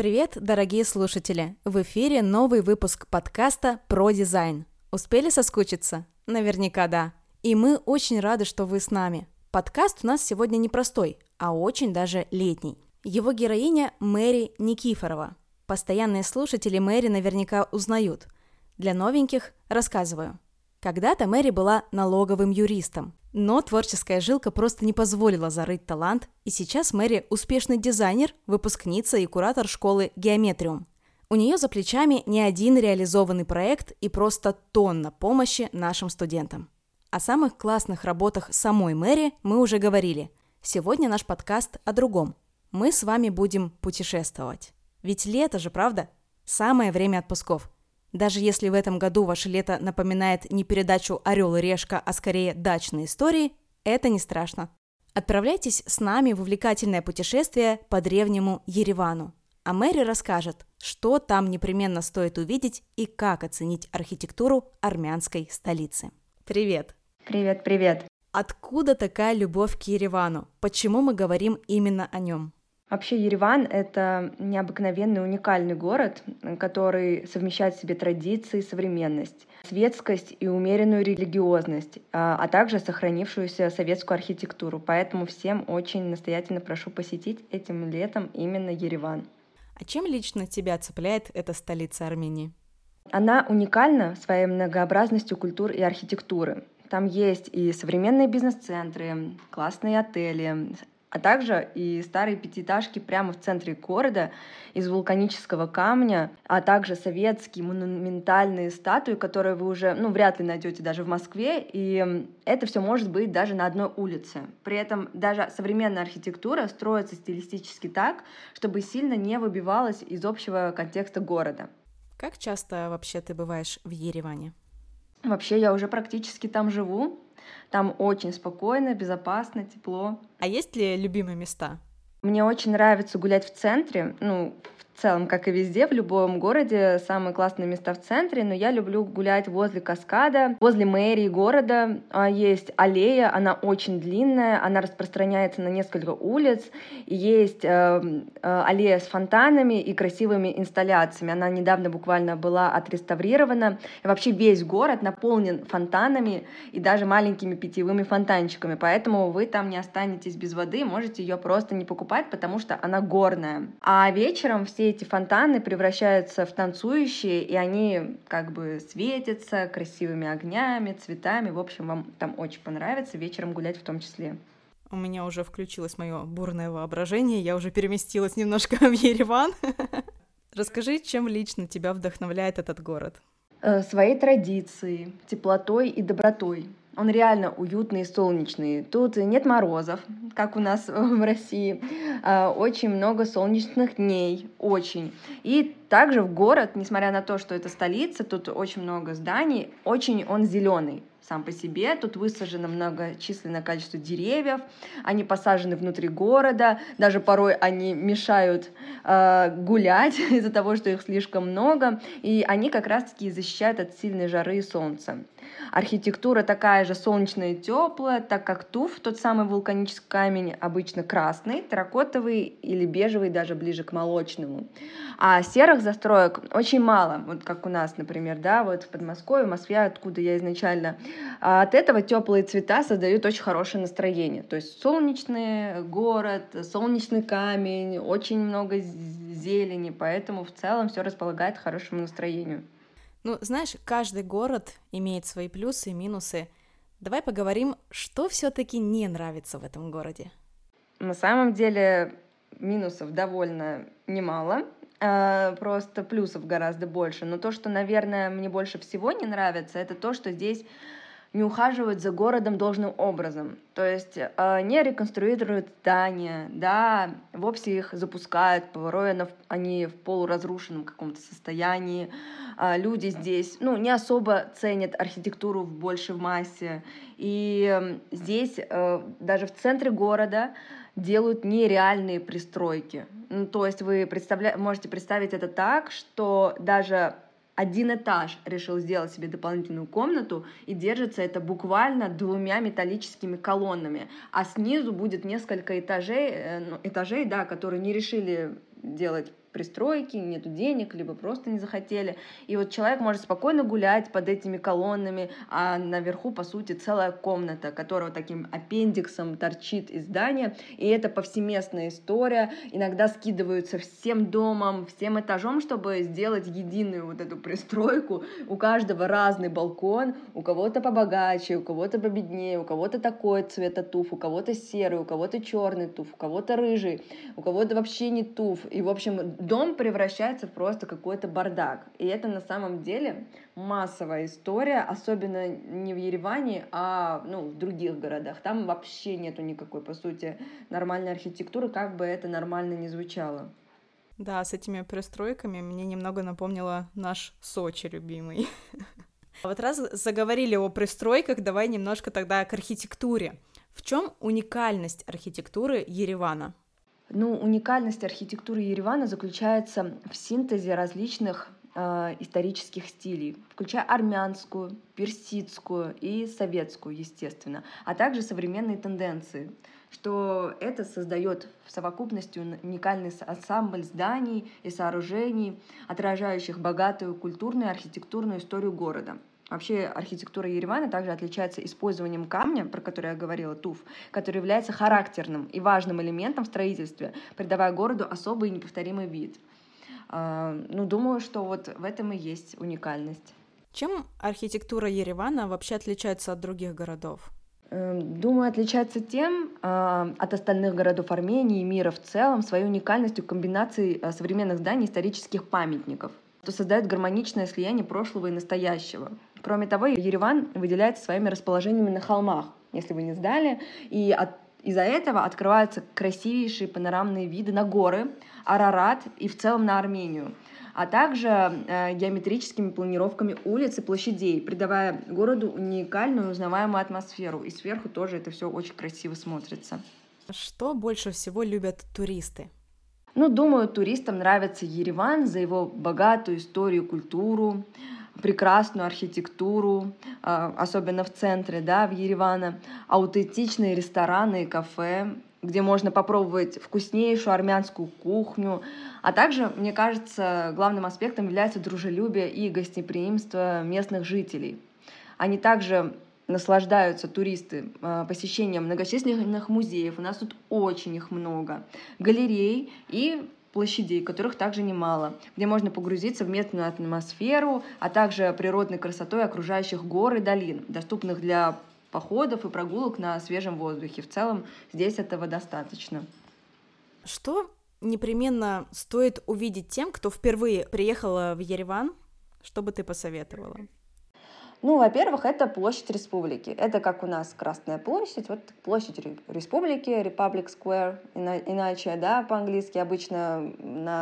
Привет, дорогие слушатели! В эфире новый выпуск подкаста про дизайн. Успели соскучиться? Наверняка да. И мы очень рады, что вы с нами. Подкаст у нас сегодня не простой, а очень даже летний. Его героиня Мэри Никифорова. Постоянные слушатели Мэри наверняка узнают. Для новеньких рассказываю. Когда-то Мэри была налоговым юристом, но творческая жилка просто не позволила зарыть талант, и сейчас Мэри успешный дизайнер, выпускница и куратор школы Геометриум. У нее за плечами не один реализованный проект и просто тонна помощи нашим студентам. О самых классных работах самой Мэри мы уже говорили. Сегодня наш подкаст о другом. Мы с вами будем путешествовать. Ведь лето же, правда? Самое время отпусков. Даже если в этом году ваше лето напоминает не передачу «Орел и решка», а скорее дачные истории, это не страшно. Отправляйтесь с нами в увлекательное путешествие по древнему Еревану. А Мэри расскажет, что там непременно стоит увидеть и как оценить архитектуру армянской столицы. Привет! Привет! Откуда такая любовь к Еревану? Почему мы говорим именно о нем? Вообще Ереван — это необыкновенный, уникальный город, который совмещает в себе традиции, современность, светскость и умеренную религиозность, а также сохранившуюся советскую архитектуру. Поэтому всем очень настоятельно прошу посетить этим летом именно Ереван. А чем лично тебя цепляет эта столица Армении? Она уникальна своей многообразностью культур и архитектуры. Там есть и современные бизнес-центры, классные отели, а также и старые пятиэтажки прямо в центре города из вулканического камня, а также советские монументальные статуи, которые вы уже вряд ли найдете даже в Москве, и это все может быть даже на одной улице. При этом даже современная архитектура строится стилистически так, чтобы сильно не выбивалась из общего контекста города. Как часто вообще ты бываешь в Ереване? Вообще я уже практически там живу. Там очень спокойно, безопасно, тепло. А есть ли любимые места? Мне очень нравится гулять в центре, в целом, как и везде, в любом городе, самые классные места в центре, но я люблю гулять возле каскада, возле мэрии города. Есть аллея, она очень длинная, она распространяется на несколько улиц, и есть аллея с фонтанами и красивыми инсталляциями. Она недавно буквально была отреставрирована, и вообще весь город наполнен фонтанами и даже маленькими питьевыми фонтанчиками, поэтому вы там не останетесь без воды, можете ее просто не покупать, потому что она горная. А вечером все эти фонтаны превращаются в танцующие, и они как бы светятся красивыми огнями, цветами. В общем, вам там очень понравится вечером гулять в том числе. У меня уже включилось мое бурное воображение, я уже переместилась немножко в Ереван. Расскажи, чем лично тебя вдохновляет этот город? Своей традицией, теплотой и добротой. Он реально уютный и солнечный. Тут нет морозов, как у нас в России. Очень много солнечных дней, очень. И также в город, несмотря на то, что это столица, тут очень много зданий, очень он зеленый сам по себе. Тут высажено многочисленное количество деревьев, они посажены внутри города, даже порой они мешают гулять из-за того, что их слишком много, и они как раз-таки защищают от сильной жары и солнца. Архитектура такая же солнечная и теплая, так как туф, тот самый вулканический камень, обычно красный, терракотовый или бежевый, даже ближе к молочному. А серых застроек очень мало, вот как у нас, например, вот в Подмосковье, в Москве, откуда я изначально. А от этого теплые цвета создают очень хорошее настроение. То есть солнечный город, солнечный камень, очень много зелени, поэтому в целом все располагает к хорошему настроению. Знаешь, каждый город имеет свои плюсы и минусы. Давай поговорим, что все-таки не нравится в этом городе. На самом деле минусов довольно немало, просто плюсов гораздо больше. Но то, что, наверное, мне больше всего не нравится, это то, что здесь не ухаживают за городом должным образом. То есть не реконструируют здания, вовсе их запускают, порой они в полуразрушенном каком-то состоянии. Люди здесь не особо ценят архитектуру в массе. И здесь даже в центре города делают нереальные пристройки. То есть вы можете представить это так, что даже один этаж решил сделать себе дополнительную комнату, и держится это буквально 2 металлическими колоннами, а снизу будет несколько этажей, которые не решили делать пристройки, нету денег, либо просто не захотели. И вот человек может спокойно гулять под этими колоннами, а наверху, по сути, целая комната, которая таким аппендиксом торчит из здания. И это повсеместная история. Иногда скидываются всем домом, всем этажом, чтобы сделать единую вот эту пристройку. У каждого разный балкон, у кого-то побогаче, у кого-то победнее, у кого-то такой цвета туф, у кого-то серый, у кого-то черный туф, у кого-то рыжий, у кого-то вообще не туф. И, в общем, дом превращается в просто какой-то бардак. И это на самом деле массовая история, особенно не в Ереване, а в других городах. Там вообще нету никакой, по сути, нормальной архитектуры, как бы это нормально ни звучало. Да, с этими пристройками мне немного напомнило наш Сочи любимый. Вот раз заговорили о пристройках, давай немножко тогда к архитектуре. В чем уникальность архитектуры Еревана? Уникальность архитектуры Еревана заключается в синтезе различных исторических стилей, включая армянскую, персидскую и советскую, естественно, а также современные тенденции, что это создает в совокупности уникальный ансамбль зданий и сооружений, отражающих богатую культурную и архитектурную историю города. Вообще архитектура Еревана также отличается использованием камня, про который я говорила, туф, который является характерным и важным элементом в строительстве, придавая городу особый и неповторимый вид. Думаю, что вот в этом и есть уникальность. Чем архитектура Еревана вообще отличается от других городов? Думаю, отличается тем от остальных городов Армении и мира в целом своей уникальностью комбинации современных зданий и исторических памятников, что создает гармоничное слияние прошлого и настоящего. Кроме того, Ереван выделяется своими расположениями на холмах, если вы не знали, и из-за этого открываются красивейшие панорамные виды на горы, Арарат и в целом на Армению, а также геометрическими планировками улиц и площадей, придавая городу уникальную узнаваемую атмосферу. И сверху тоже это все очень красиво смотрится. Что больше всего любят туристы? Думаю, туристам нравится Ереван за его богатую историю, культуру, прекрасную архитектуру, особенно в центре, в Ереване, аутентичные рестораны и кафе, где можно попробовать вкуснейшую армянскую кухню. А также, мне кажется, главным аспектом является дружелюбие и гостеприимство местных жителей. Они также наслаждаются, туристы, посещением многочисленных музеев. У нас тут очень их много. Галерей и площадей, которых также немало, где можно погрузиться в местную атмосферу, а также природной красотой окружающих гор и долин, доступных для походов и прогулок на свежем воздухе. В целом здесь этого достаточно. Что непременно стоит увидеть тем, кто впервые приехал в Ереван? Что бы ты посоветовала? Во-первых, это площадь Республики. Это как у нас Красная площадь, вот площадь Республики, Republic Square, иначе, по-английски обычно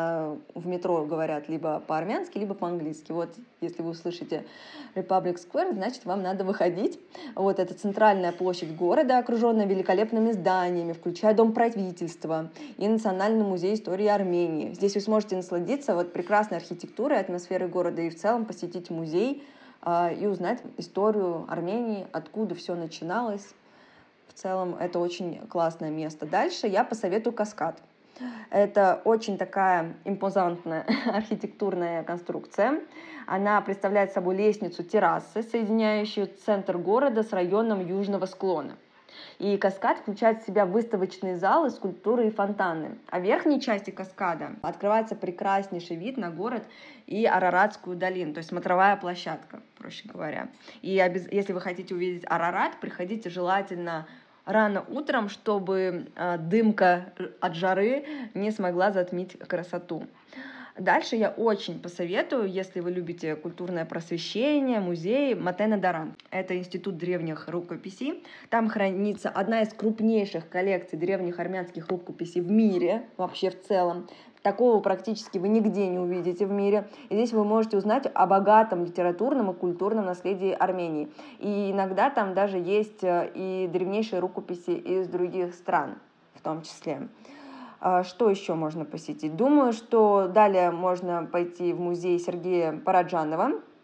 в метро говорят либо по-армянски, либо по-английски. Вот, если вы услышите Republic Square, значит, вам надо выходить. Вот, это центральная площадь города, окруженная великолепными зданиями, включая Дом правительства и Национальный музей истории Армении. Здесь вы сможете насладиться прекрасной архитектурой, атмосферой города и в целом посетить музей, и узнать историю Армении, откуда все начиналось. В целом это очень классное место. Дальше я посоветую Каскад. Это очень такая импозантная архитектурная конструкция. Она представляет собой лестницу террасы, соединяющую центр города с районом южного склона. И каскад включает в себя выставочные залы, скульптуры и фонтаны. А в верхней части каскада открывается прекраснейший вид на город и Араратскую долину, то есть смотровая площадка, проще говоря. И если вы хотите увидеть Арарат, приходите желательно рано утром, чтобы дымка от жары не смогла затмить красоту. Дальше я очень посоветую, если вы любите культурное просвещение, музей, Матена Даран. Это институт древних рукописей. Там хранится одна из крупнейших коллекций древних армянских рукописей в мире, вообще в целом. Такого практически вы нигде не увидите в мире. И здесь вы можете узнать о богатом литературном и культурном наследии Армении. И иногда там даже есть и древнейшие рукописи из других стран в том числе. Что еще можно посетить? Думаю, что далее можно пойти в музей Сергея Параджанова.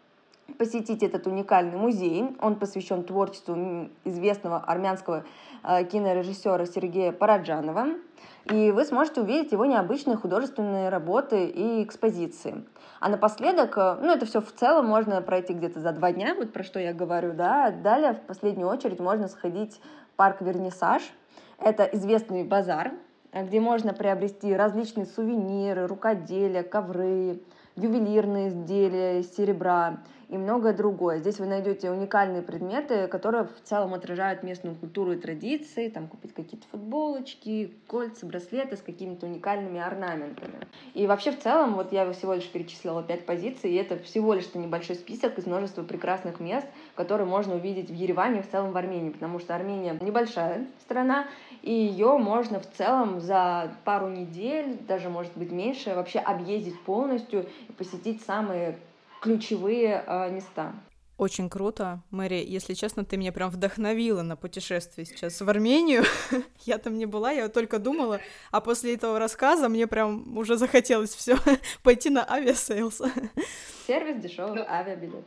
посетить этот уникальный музей. Он посвящен творчеству известного армянского кинорежиссера Сергея Параджанова. И вы сможете увидеть его необычные художественные работы и экспозиции. А напоследок, это все в целом можно пройти где-то за 2 дня, вот про что я говорю, да. Далее, в последнюю очередь, можно сходить в парк Вернисаж. Это известный базар, где можно приобрести различные сувениры, рукоделия, ковры, ювелирные изделия из серебра и многое другое. Здесь вы найдете уникальные предметы, которые в целом отражают местную культуру и традиции. Там купить какие-то футболочки, кольца, браслеты с какими-то уникальными орнаментами. И вообще в целом, вот я всего лишь перечислила 5 позиций, и это всего лишь небольшой список из множества прекрасных мест, которые можно увидеть в Ереване, в целом в Армении, потому что Армения небольшая страна, и ее можно в целом за пару недель, даже может быть меньше, вообще объездить полностью и посетить самые ключевые места. Очень круто. Мэри, если честно, ты меня прям вдохновила на путешествие сейчас в Армению. Я там не была, я только думала, а после этого рассказа мне прям уже захотелось все пойти на авиасейлс. Сервис дешевый авиабилет.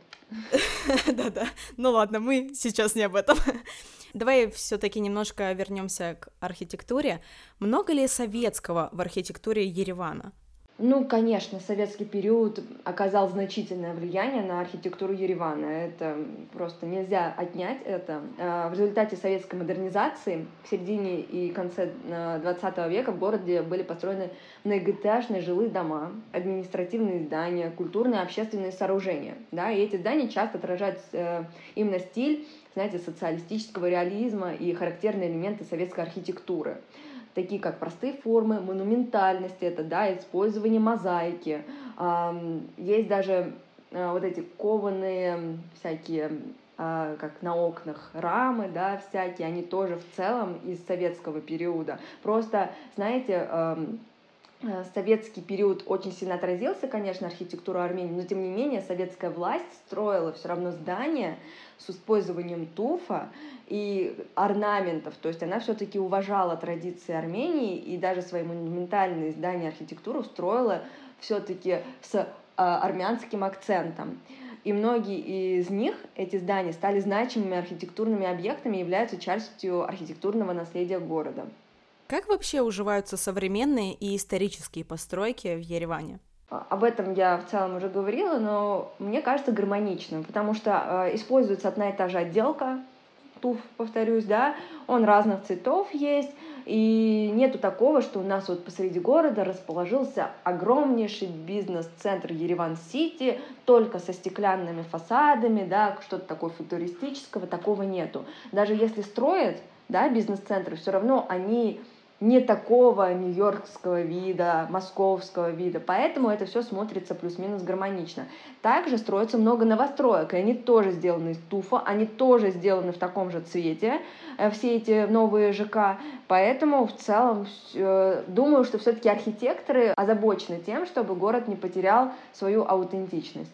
Да-да. Ну ладно, мы сейчас не об этом. Давай все-таки немножко вернемся к архитектуре. Много ли советского в архитектуре Еревана? Конечно, советский период оказал значительное влияние на архитектуру Еревана. Это просто нельзя отнять это. В результате советской модернизации в середине и конце 20 века в городе были построены многоэтажные жилые дома, административные здания, культурные и общественные сооружения. Да, и эти здания часто отражают именно стиль, знаете, социалистического реализма и характерные элементы советской архитектуры, такие как простые формы, монументальность, это, да, использование мозаики. Есть даже вот эти кованые всякие, как на окнах, рамы, да, всякие, они тоже в целом из советского периода. Просто, знаете, советский период очень сильно отразился, конечно, архитектура Армении, но тем не менее советская власть строила все равно здания с использованием туфа и орнаментов, то есть она все-таки уважала традиции Армении и даже свои монументальные здания, архитектуру строила все-таки с армянским акцентом. И многие из них, эти здания, стали значимыми архитектурными объектами и являются частью архитектурного наследия города. Как вообще уживаются современные и исторические постройки в Ереване? Об этом я в целом уже говорила, но мне кажется гармоничным, потому что используется одна и та же отделка, туф, повторюсь, да, он разных цветов есть, и нету такого, что у нас вот посреди города расположился огромнейший бизнес-центр Ереван-Сити, только со стеклянными фасадами, да, что-то такое футуристического, такого нету. Даже если строят, да, бизнес-центры, все равно они не такого нью-йоркского вида, московского вида, поэтому это все смотрится плюс-минус гармонично. Также строится много новостроек, и они тоже сделаны из туфа, они тоже сделаны в таком же цвете, все эти новые ЖК, поэтому в целом думаю, что все-таки архитекторы озабочены тем, чтобы город не потерял свою аутентичность.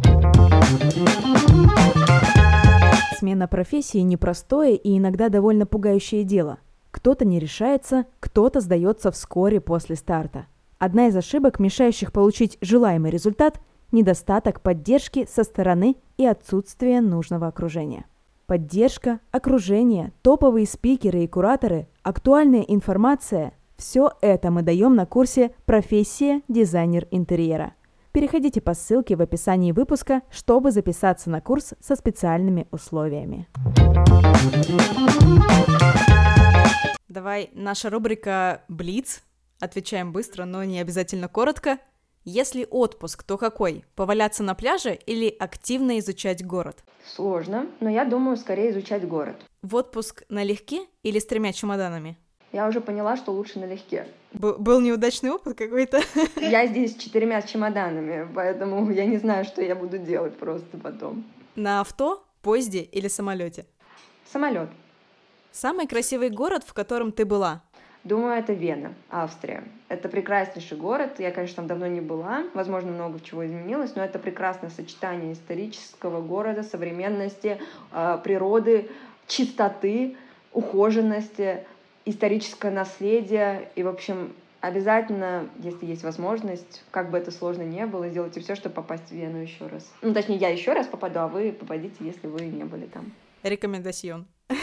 Смена профессии – непростое и иногда довольно пугающее дело. Кто-то не решается, кто-то сдается вскоре после старта. Одна из ошибок, мешающих получить желаемый результат – недостаток поддержки со стороны и отсутствие нужного окружения. Поддержка, окружение, топовые спикеры и кураторы, актуальная информация – все это мы даем на курсе «Профессия дизайнер интерьера». Переходите по ссылке в описании выпуска, чтобы записаться на курс со специальными условиями. Давай, наша рубрика «Блиц». Отвечаем быстро, но не обязательно коротко. Если отпуск, то какой? Поваляться на пляже или активно изучать город? Сложно, но я думаю, скорее изучать город. В отпуск налегке или с 3 чемоданами? Я уже поняла, что лучше налегке. Был неудачный опыт какой-то? Я здесь с 4 чемоданами, поэтому я не знаю, что я буду делать просто потом. На авто, поезде или самолете? Самолет. Самый красивый город, в котором ты была? Думаю, это Вена, Австрия. Это прекраснейший город. Я, конечно, там давно не была. Возможно, много чего изменилось, но это прекрасное сочетание исторического города, современности, природы, чистоты, ухоженности, историческое наследие. И, в общем, обязательно, если есть возможность, как бы это сложно не было, сделайте все, чтобы попасть в Вену еще раз. Ну, точнее, я еще раз попаду, а вы попадите, если вы не были там. Рекомендацион.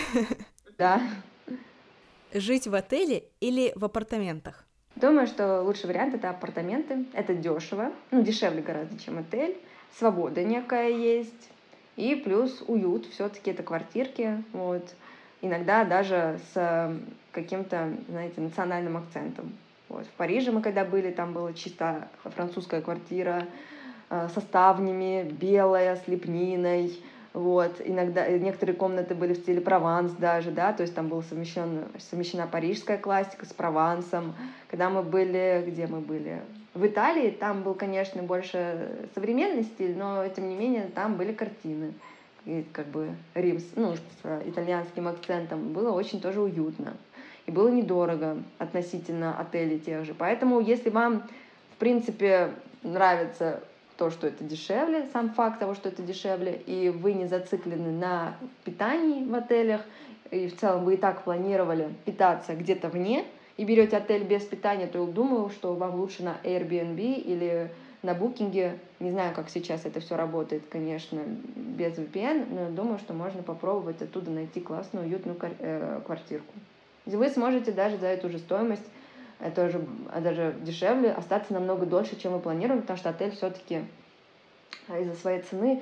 Да. Жить в отеле или в апартаментах? Думаю, что лучший вариант — это апартаменты. Это дешево, дешевле гораздо, чем отель. Свобода некая есть. И плюс уют. Все-таки это квартирки. Вот. Иногда даже с каким-то, знаете, национальным акцентом. Вот. В Париже мы когда были, там была чисто французская квартира со ставнями, белая, с лепниной. Вот. Иногда некоторые комнаты были в стиле Прованс даже, да, то есть там была совмещена парижская классика с Провансом. Когда мы были, где мы были? В Италии, там был, конечно, больше современный стиль, но, тем не менее, там были картины. И как бы Рим, с итальянским акцентом. Было очень тоже уютно. И было недорого относительно отелей тех же. Поэтому, если вам, в принципе, нравится то, что это дешевле, сам факт того, что это дешевле, и вы не зациклены на питании в отелях, и в целом вы и так планировали питаться где-то вне, и берете отель без питания, то я думаю, что вам лучше на Airbnb или на Booking. Не знаю, как сейчас это все работает, конечно, без VPN, но я думаю, что можно попробовать оттуда найти классную, уютную квартирку. Вы сможете даже за эту же стоимость, тоже даже дешевле, остаться намного дольше, чем вы планировали, потому что отель все-таки из-за своей цены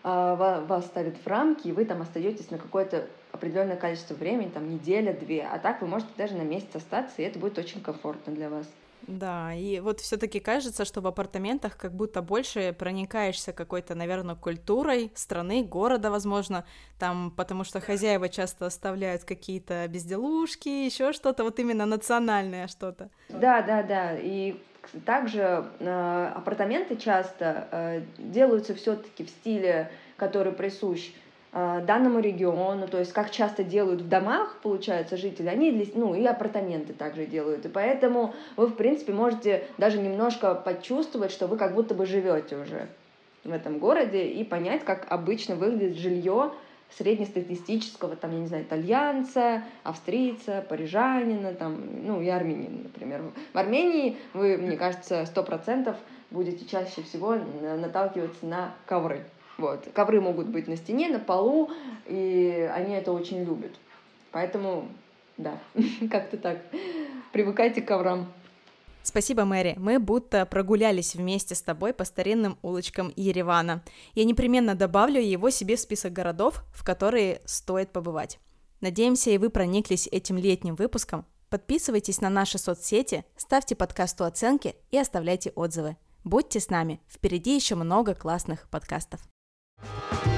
вас ставит в рамки, и вы там остаетесь на какое-то определенное количество времени, там неделя-две, а так вы можете даже на месяц остаться, и это будет очень комфортно для вас. Да, и вот все-таки кажется, что в апартаментах как будто больше проникаешься какой-то, наверное, культурой страны, города, возможно, там, потому что хозяева часто оставляют какие-то безделушки, еще что-то, вот именно национальное что-то. Да, и также апартаменты часто делаются все-таки в стиле, который присущ данному региону, то есть как часто делают в домах, получается, жители, они и апартаменты также делают, и поэтому вы, в принципе, можете даже немножко почувствовать, что вы как будто бы живете уже в этом городе, и понять, как обычно выглядит жилье среднестатистического, там, я не знаю, итальянца, австрийца, парижанина, там, и армянина, например. В Армении вы, мне кажется, 100% будете чаще всего наталкиваться на ковры. Вот. Ковры могут быть на стене, на полу, и они это очень любят. Поэтому, да, как-то так. Привыкайте к коврам. Спасибо, Мэри. Мы будто прогулялись вместе с тобой по старинным улочкам Еревана. Я непременно добавлю его себе в список городов, в которые стоит побывать. Надеемся, и вы прониклись этим летним выпуском. Подписывайтесь на наши соцсети, ставьте подкасту оценки и оставляйте отзывы. Будьте с нами, впереди еще много классных подкастов.